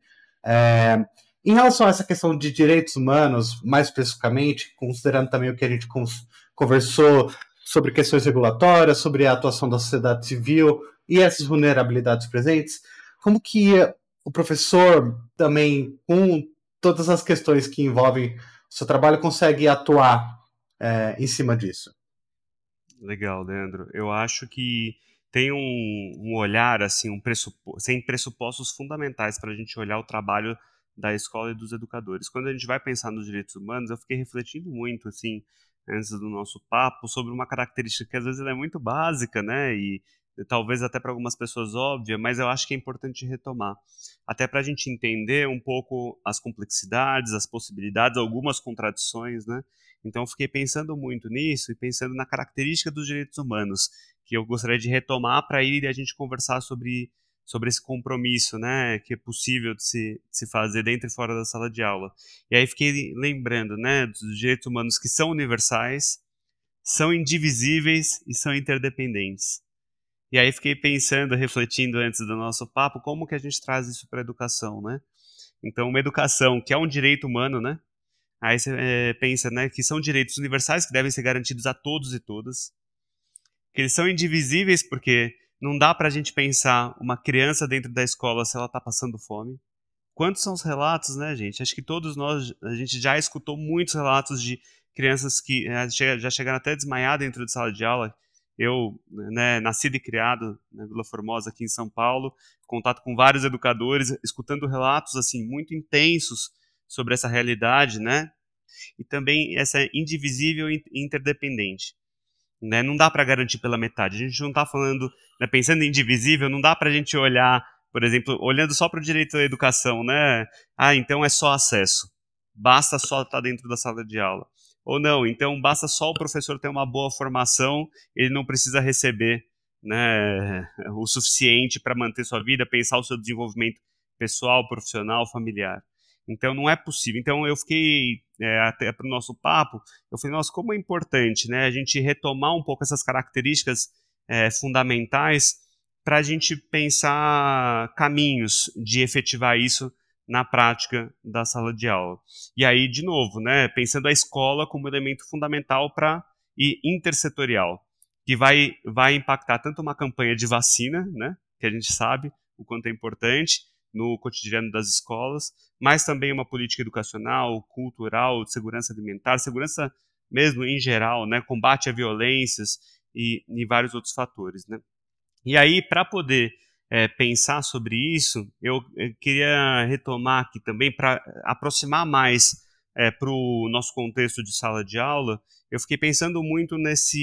Em relação a essa questão de direitos humanos, mais especificamente, considerando também o que a gente conversou sobre questões regulatórias, sobre a atuação da sociedade civil e essas vulnerabilidades presentes, como que o professor também, com todas as questões que envolvem o seu trabalho, consegue atuar em cima disso? Legal, Leandro. Eu acho que tem um olhar, assim, sem pressupostos fundamentais para a gente olhar o trabalho da escola e dos educadores. Quando a gente vai pensar nos direitos humanos, eu fiquei refletindo muito, assim, antes do nosso papo, sobre uma característica que às vezes ela é muito básica, né, e talvez até para algumas pessoas óbvia, mas eu acho que é importante retomar. Até para a gente entender um pouco as complexidades, as possibilidades, algumas contradições, né, então eu fiquei pensando muito nisso e pensando na característica dos direitos humanos, que eu gostaria de retomar para ir a gente conversar sobre esse compromisso, né, que é possível de se fazer dentro e fora da sala de aula. E aí fiquei lembrando, né, dos direitos humanos que são universais, são indivisíveis e são interdependentes. E aí fiquei pensando, refletindo antes do nosso papo, como que a gente traz isso para a educação, né? Então, uma educação que é um direito humano, né? Aí você pensa, né, que são direitos universais que devem ser garantidos a todos e todas, que eles são indivisíveis porque não dá para a gente pensar uma criança dentro da escola se ela está passando fome. Quantos são os relatos, né, gente? Acho que todos nós, a gente já escutou muitos relatos de crianças que já chegaram até a desmaiar dentro de sala de aula. Eu, né, nascido e criado na Vila Formosa, aqui em São Paulo, contato com vários educadores, escutando relatos assim muito intensos sobre essa realidade, né? E também essa indivisível e interdependente. Né? Não dá para garantir pela metade. A gente não está falando, né, pensando em indivisível, não dá para a gente olhar, por exemplo, olhando só para o direito à educação, né? Ah, então é só acesso. Basta só estar dentro da sala de aula. Ou não, então basta só o professor ter uma boa formação, ele não precisa receber, né, o suficiente para manter sua vida, pensar o seu desenvolvimento pessoal, profissional, familiar. Então não é possível. Então eu fiquei, até para o nosso papo, eu falei, nossa, como é importante, né, a gente retomar um pouco essas características fundamentais para a gente pensar caminhos de efetivar isso na prática da sala de aula. E aí, de novo, né, pensando a escola como elemento fundamental e intersetorial, que vai impactar tanto uma campanha de vacina, né, que a gente sabe o quanto é importante no cotidiano das escolas, mas também uma política educacional, cultural, de segurança alimentar, segurança mesmo em geral, né, combate a violências e vários outros fatores, né. E aí, para poder pensar sobre isso, eu queria retomar aqui também, para aproximar mais para o nosso contexto de sala de aula, eu fiquei pensando muito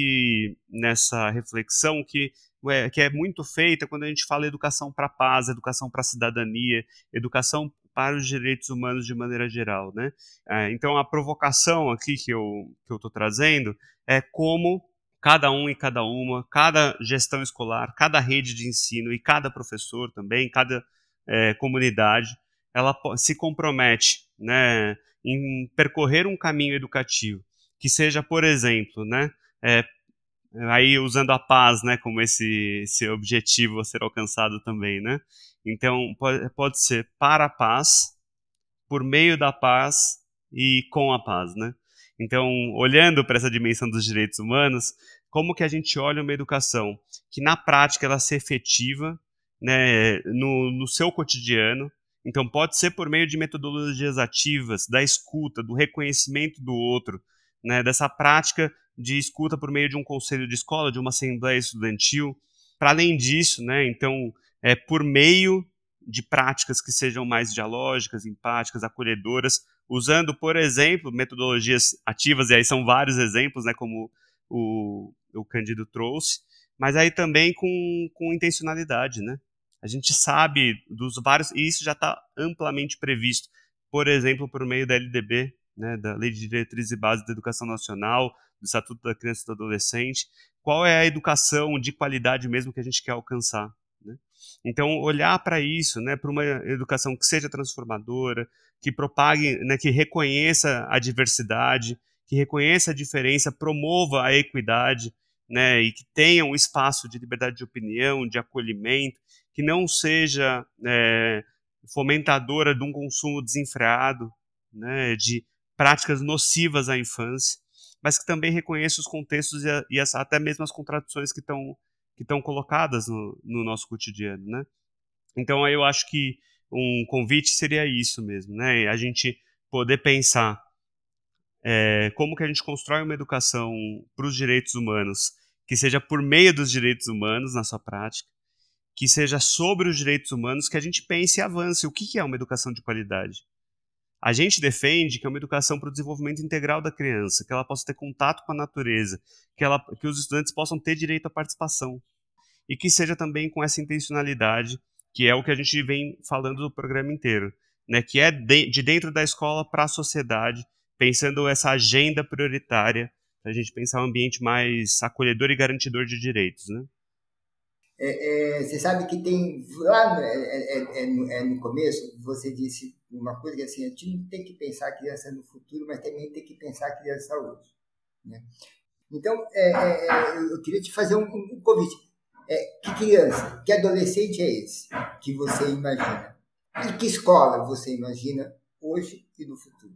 nessa reflexão que é muito feita quando a gente fala educação para a paz, educação para a cidadania, educação para os direitos humanos de maneira geral, né? Então, a provocação aqui que eu estou trazendo é como cada um e cada uma, cada gestão escolar, cada rede de ensino e cada professor também, cada comunidade, ela se compromete, né, em percorrer um caminho educativo que seja, por exemplo, né, aí usando a paz, né, como esse objetivo a ser alcançado também, né? Então pode ser para a paz, por meio da paz e com a paz, né? Então, olhando para essa dimensão dos direitos humanos, como que a gente olha uma educação que na prática ela se efetiva, né, no seu cotidiano. Então, pode ser por meio de metodologias ativas, da escuta, do reconhecimento do outro, né, dessa prática de escuta por meio de um conselho de escola, de uma assembleia estudantil. Para além disso, né, então, por meio de práticas que sejam mais dialógicas, empáticas, acolhedoras, usando, por exemplo, metodologias ativas, e aí são vários exemplos, né, como o Cândido trouxe, mas aí também com intencionalidade, né? A gente sabe dos vários, e isso já está amplamente previsto, por exemplo, por meio da LDB, né, da Lei de Diretrizes e Bases da Educação Nacional, do Estatuto da Criança e do Adolescente, qual é a educação de qualidade mesmo que a gente quer alcançar, né? Então, olhar para isso, né, para uma educação que seja transformadora, que propague, né, que reconheça a diversidade, que reconheça a diferença, promova a equidade, né, e que tenha um espaço de liberdade de opinião, de acolhimento, que não seja fomentadora de um consumo desenfreado, né, de práticas nocivas à infância, mas que também reconheça os contextos e até mesmo as contradições que estão colocadas no nosso cotidiano, né? Então, aí eu acho que um convite seria isso mesmo, né? A gente poder pensar como que a gente constrói uma educação para os direitos humanos que seja por meio dos direitos humanos na sua prática, que seja sobre os direitos humanos, que a gente pense e avance. O que é uma educação de qualidade? A gente defende que é uma educação para o desenvolvimento integral da criança, que ela possa ter contato com a natureza, que os estudantes possam ter direito à participação. E que seja também com essa intencionalidade, que é o que a gente vem falando do programa inteiro, né? Que é de dentro da escola para a sociedade, pensando essa agenda prioritária, para a gente pensar um ambiente mais acolhedor e garantidor de direitos, né? Você sabe que tem lá no começo você disse uma coisa que assim, a gente não tem que pensar a criança no futuro, mas também tem que pensar a criança hoje, né? Então eu queria te fazer um convite. Que criança, que adolescente é esse que você imagina? E que escola você imagina hoje e no futuro?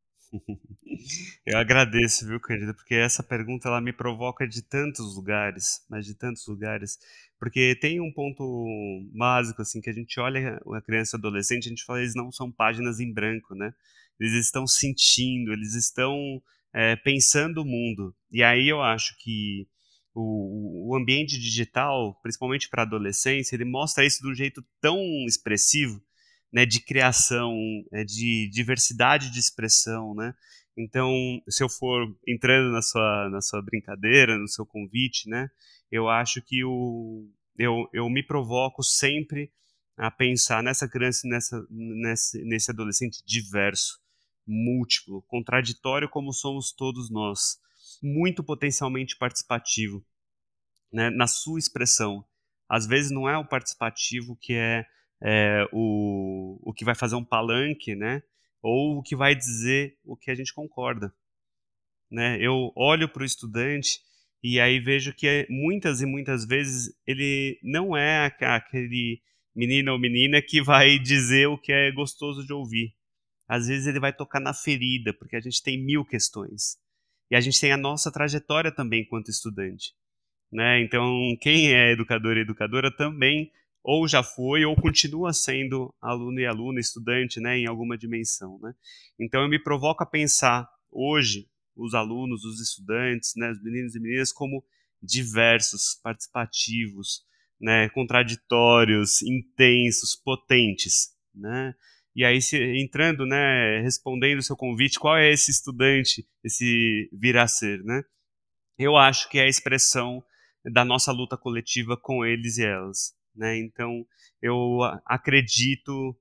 Eu agradeço, viu, Cândido, porque essa pergunta ela me provoca de tantos lugares, mas de tantos lugares, porque tem um ponto básico, assim, que a gente olha a criança e o adolescente, a gente fala, eles não são páginas em branco, né? Eles estão sentindo, eles estão pensando o mundo. E aí eu acho que o ambiente digital, principalmente para a adolescência, ele mostra isso de um jeito tão expressivo, né, de criação, de diversidade de expressão, né? Então, se eu for entrando na sua brincadeira, no seu convite, né, eu acho que eu me provoco sempre a pensar nessa criança, nesse adolescente diverso, múltiplo, contraditório como somos todos nós, muito potencialmente participativo, né, na sua expressão. Às vezes não é o participativo que é o que vai fazer um palanque, né? Ou o que vai dizer o que a gente concorda, né? Eu olho para o estudante e aí vejo que muitas e muitas vezes ele não é aquele menino ou menina que vai dizer o que é gostoso de ouvir. Às vezes ele vai tocar na ferida, porque a gente tem 1000 questões. E a gente tem a nossa trajetória também enquanto estudante, né? Então, quem é educador e educadora também ou já foi ou continua sendo aluno e aluna, estudante, né, em alguma dimensão, né? Então, eu me provoco a pensar hoje os alunos, os estudantes, né, os meninos e meninas como diversos, participativos, né, contraditórios, intensos, potentes, né? E aí, entrando, né, respondendo o seu convite, qual é esse estudante, esse vir a ser, né? Eu acho que é a expressão da nossa luta coletiva com eles e elas, né? Então, eu acredito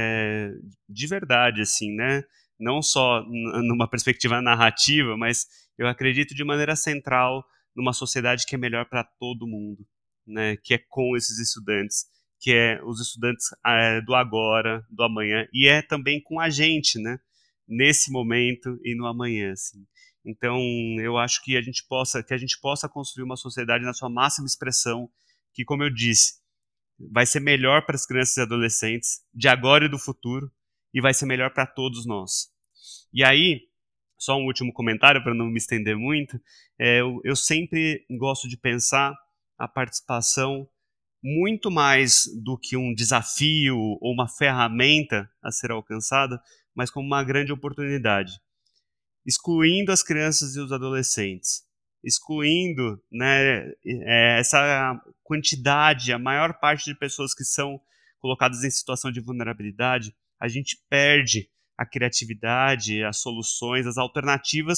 de verdade, assim, né? Não só numa perspectiva narrativa, mas eu acredito de maneira central numa sociedade que é melhor para todo mundo, né? Que é com esses estudantes, que é os estudantes do agora, do amanhã, e é também com a gente, né? Nesse momento e no amanhã, assim. Então, eu acho que a gente possa construir uma sociedade na sua máxima expressão, que, como eu disse, vai ser melhor para as crianças e adolescentes de agora e do futuro, e vai ser melhor para todos nós. E aí, só um último comentário para não me estender muito, eu sempre gosto de pensar a participação muito mais do que um desafio ou uma ferramenta a ser alcançada, mas como uma grande oportunidade, excluindo as crianças e os adolescentes, excluindo, né, essa quantidade, a maior parte de pessoas que são colocadas em situação de vulnerabilidade, a gente perde a criatividade, as soluções, as alternativas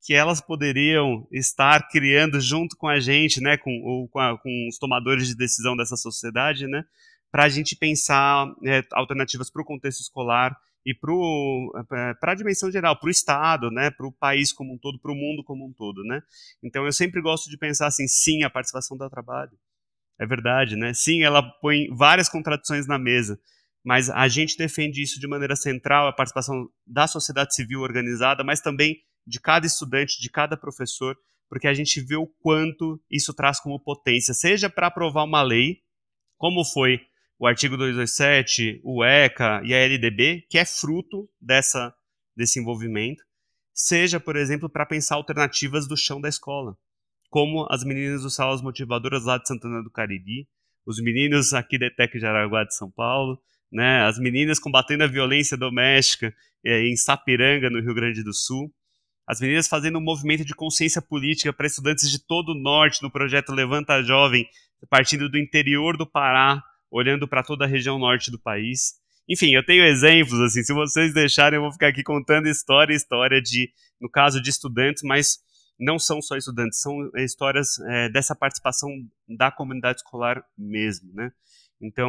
que elas poderiam estar criando junto com a gente, né, com os tomadores de decisão dessa sociedade, né, para a gente pensar alternativas para o contexto escolar e para a dimensão geral, para o Estado, né, para o país como um todo, para o mundo como um todo, né. Então eu sempre gosto de pensar assim, sim, a participação dá trabalho, é verdade, né, sim, ela põe várias contradições na mesa, mas a gente defende isso de maneira central, a participação da sociedade civil organizada, mas também de cada estudante, de cada professor, porque a gente vê o quanto isso traz como potência, seja para aprovar uma lei, como foi o artigo 227, o ECA e a LDB, que é fruto desse envolvimento, seja, por exemplo, para pensar alternativas do chão da escola, como as meninas do Salas Motivadoras lá de Santana do Cariri, os meninos aqui da ETEC de Araguá de São Paulo, né, as meninas combatendo a violência doméstica em Sapiranga, no Rio Grande do Sul, as meninas fazendo um movimento de consciência política para estudantes de todo o norte no projeto Levanta Jovem, partindo do interior do Pará, olhando para toda a região norte do país. Enfim, eu tenho exemplos, assim, se vocês deixarem eu vou ficar aqui contando história de, no caso de estudantes, mas não são só estudantes, são histórias dessa participação da comunidade escolar mesmo, né? Então,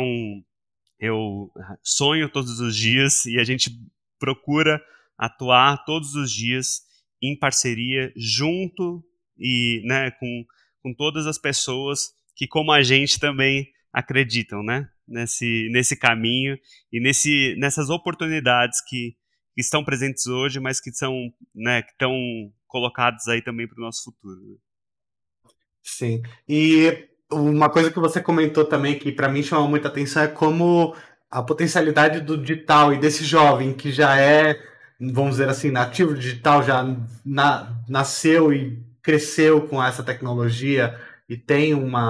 eu sonho todos os dias e a gente procura atuar todos os dias em parceria, junto e, né, com todas as pessoas que, como a gente, também acreditam, né, nesse caminho e nessas oportunidades que estão presentes hoje, mas que são, né, que estão colocadas aí também para o nosso futuro. Né? Sim. E uma coisa que você comentou também que para mim chama muita atenção é como a potencialidade do digital e desse jovem que já é, vamos dizer assim, nativo digital, já nasceu e cresceu com essa tecnologia e tem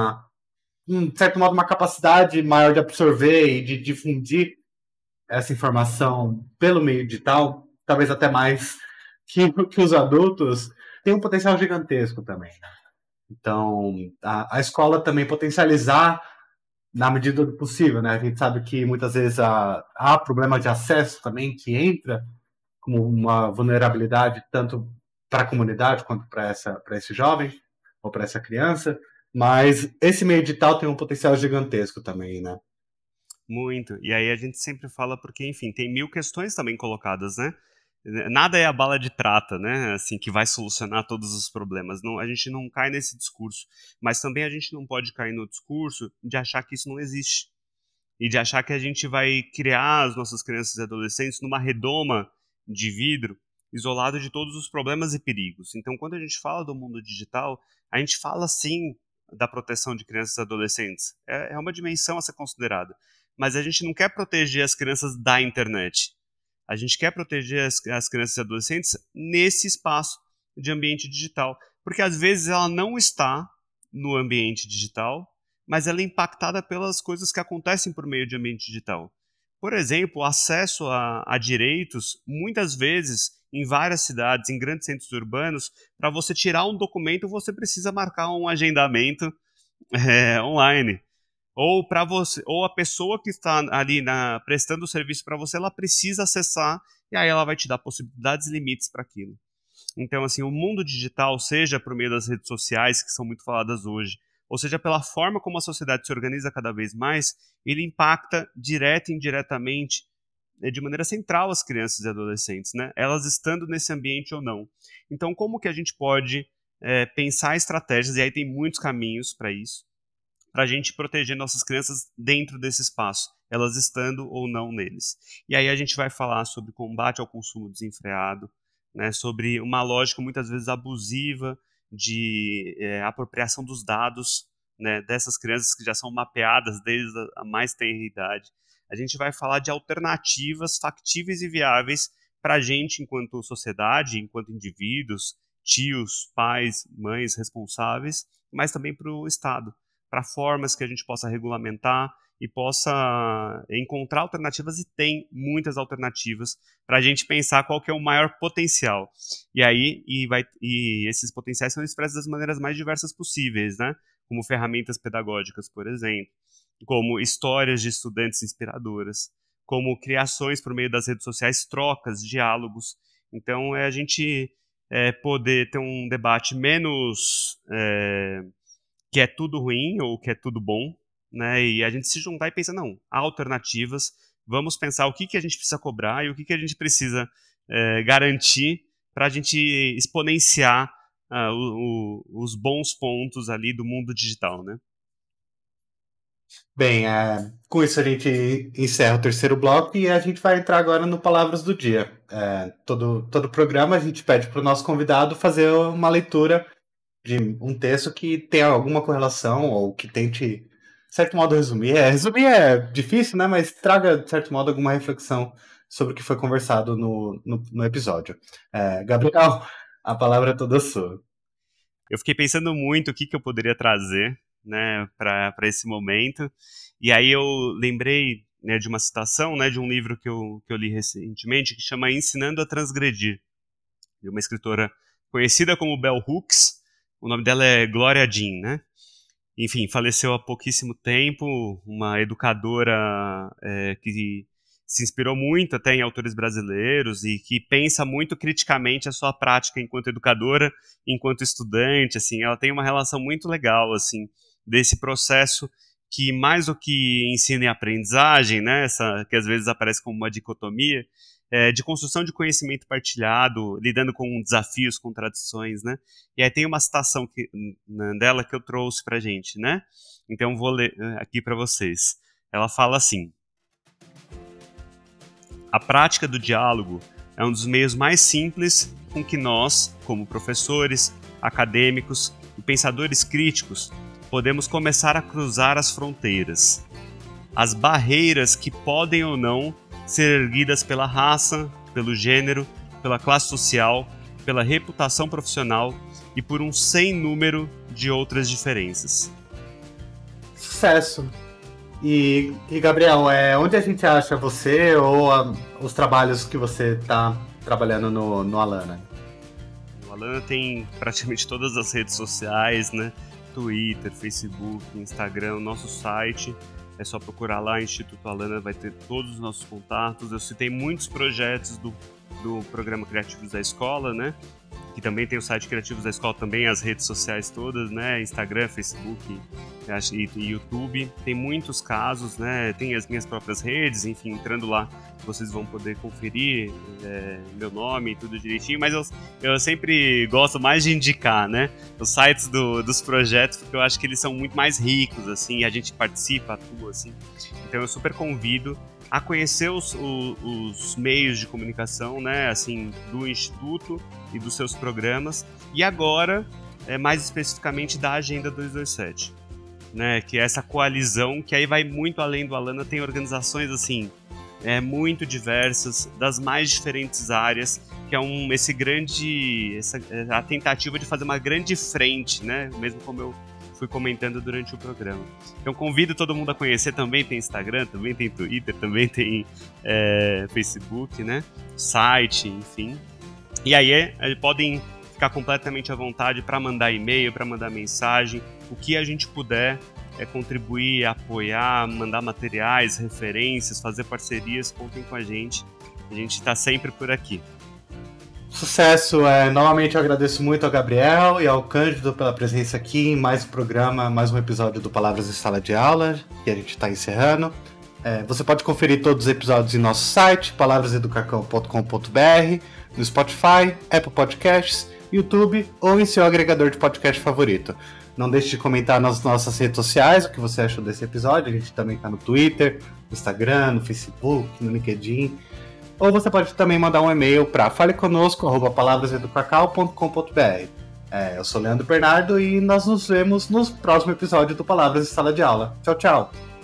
de certo modo, uma capacidade maior de absorver e de difundir essa informação pelo meio digital, talvez até mais que os adultos, tem um potencial gigantesco também. Então, a escola também potencializar na medida do possível, né? A gente sabe que muitas vezes há problema de acesso também que entra como uma vulnerabilidade tanto para a comunidade quanto para esse jovem ou para essa criança, mas esse meio digital tem um potencial gigantesco também, né? Muito. E aí a gente sempre fala porque, enfim, tem 1000 questões também colocadas, né? Nada é a bala de prata, né? Assim, que vai solucionar todos os problemas. Não, a gente não cai nesse discurso. Mas também a gente não pode cair no discurso de achar que isso não existe. E de achar que a gente vai criar as nossas crianças e adolescentes numa redoma de vidro, isolado de todos os problemas e perigos. Então, quando a gente fala do mundo digital, a gente fala sim da proteção de crianças e adolescentes. É uma dimensão a ser considerada. Mas a gente não quer proteger as crianças da internet. A gente quer proteger as crianças e adolescentes nesse espaço de ambiente digital. Porque às vezes ela não está no ambiente digital, mas ela é impactada pelas coisas que acontecem por meio de ambiente digital. Por exemplo, acesso a direitos, muitas vezes, em várias cidades, em grandes centros urbanos, para você tirar um documento, você precisa marcar um agendamento online. Ou para você, ou a pessoa que está ali prestando o serviço para você, ela precisa acessar e aí ela vai te dar possibilidades e limites para aquilo. Então, assim, o mundo digital, seja por meio das redes sociais, que são muito faladas hoje, ou seja, pela forma como a sociedade se organiza cada vez mais, ele impacta direta e indiretamente, de maneira central, as crianças e adolescentes, né? Elas estando nesse ambiente ou não. Então, como que a gente pode pensar estratégias, e aí tem muitos caminhos para isso, para a gente proteger nossas crianças dentro desse espaço, elas estando ou não neles. E aí a gente vai falar sobre combate ao consumo desenfreado, né, sobre uma lógica muitas vezes abusiva de apropriação dos dados, né, dessas crianças que já são mapeadas desde a mais tenra idade. A gente vai falar de alternativas factíveis e viáveis para a gente enquanto sociedade, enquanto indivíduos, tios, pais, mães responsáveis, mas também para o Estado, para formas que a gente possa regulamentar e possa encontrar alternativas, e tem muitas alternativas para a gente pensar qual que é o maior potencial. E aí esses potenciais são expressos das maneiras mais diversas possíveis, né? Como ferramentas pedagógicas, por exemplo, como histórias de estudantes inspiradoras, como criações por meio das redes sociais, trocas, diálogos. Então, a gente poder ter um debate menos que é tudo ruim ou que é tudo bom, né? E a gente se juntar e pensar, não, há alternativas, vamos pensar o que a gente precisa cobrar e o que a gente precisa garantir para a gente exponenciar os bons pontos ali do mundo digital, né? Bem, com isso a gente encerra o terceiro bloco e a gente vai entrar agora no Palavras do Dia. Todo programa a gente pede para o nosso convidado fazer uma leitura de um texto que tenha alguma correlação ou que tente, de certo modo, resumir. Resumir é difícil, né? Mas traga, de certo modo, alguma reflexão sobre o que foi conversado no episódio. Gabriel, a palavra é toda sua. Eu fiquei pensando muito o que eu poderia trazer, né, para esse momento, e aí eu lembrei, né, de uma citação, né, de um livro que eu li recentemente, que chama Ensinando a Transgredir, de uma escritora conhecida como Bell Hooks. O nome dela é Gloria Jean, né? Enfim, faleceu há pouquíssimo tempo, uma educadora que se inspirou muito até em autores brasileiros e que pensa muito criticamente a sua prática enquanto educadora, enquanto estudante, assim, ela tem uma relação muito legal, assim, desse processo que mais do que ensino e aprendizagem, né, que às vezes aparece como uma dicotomia, de construção de conhecimento partilhado, lidando com desafios, contradições, né? E aí tem uma citação dela que eu trouxe pra gente, né? Então vou ler aqui para vocês. Ela fala assim: a prática do diálogo é um dos meios mais simples com que nós, como professores, acadêmicos e pensadores críticos, podemos começar a cruzar as fronteiras, as barreiras que podem ou não ser erguidas pela raça, pelo gênero, pela classe social, pela reputação profissional e por um sem número de outras diferenças. Sucesso! E Gabriel, onde a gente acha você ou os trabalhos que você está trabalhando no Alana? O Alana tem praticamente todas as redes sociais, né? Twitter, Facebook, Instagram, o nosso site. É só procurar lá, Instituto Alana, vai ter todos os nossos contatos. Eu citei muitos projetos do programa Criativos da Escola, né? Que também tem o site Criativos da Escola, também as redes sociais todas, né? Instagram, Facebook e YouTube. Tem muitos casos, né? Tem as minhas próprias redes, enfim, entrando lá vocês vão poder conferir meu nome e tudo direitinho, mas eu sempre gosto mais de indicar, né? Os sites dos projetos, porque eu acho que eles são muito mais ricos, assim, e a gente participa, atua, assim. Então eu super convido a conhecer os meios de comunicação, né, assim, do Instituto e dos seus programas, e agora, mais especificamente, da Agenda 227, né, que é essa coalizão que aí vai muito além do Alana, tem organizações, assim, muito diversas, das mais diferentes áreas, que é a tentativa de fazer uma grande frente, né, mesmo como eu fui comentando durante o programa. Então convido todo mundo a conhecer, também tem Instagram, também tem Twitter, também tem Facebook, né? Site, enfim. E aí podem ficar completamente à vontade para mandar e-mail, para mandar mensagem, o que a gente puder contribuir, apoiar, mandar materiais, referências, fazer parcerias, contem com a gente está sempre por aqui. Sucesso! Novamente eu agradeço muito ao Gabriel e ao Cândido pela presença aqui em mais um programa, mais um episódio do Palavras em Sala de Aula, que a gente está encerrando. Você pode conferir todos os episódios em nosso site, palavrasEducacão.com.br, no Spotify, Apple Podcasts, YouTube ou em seu agregador de podcast favorito. Não deixe de comentar nas nossas redes sociais o que você achou desse episódio. A gente também está no Twitter, no Instagram, no Facebook, no LinkedIn. Ou você pode também mandar um e-mail para faleconosco@palavrasEducacau.com.br. Eu sou Leandro Bernardo e nós nos vemos no próximo episódio do Palavras em Sala de Aula. Tchau, tchau!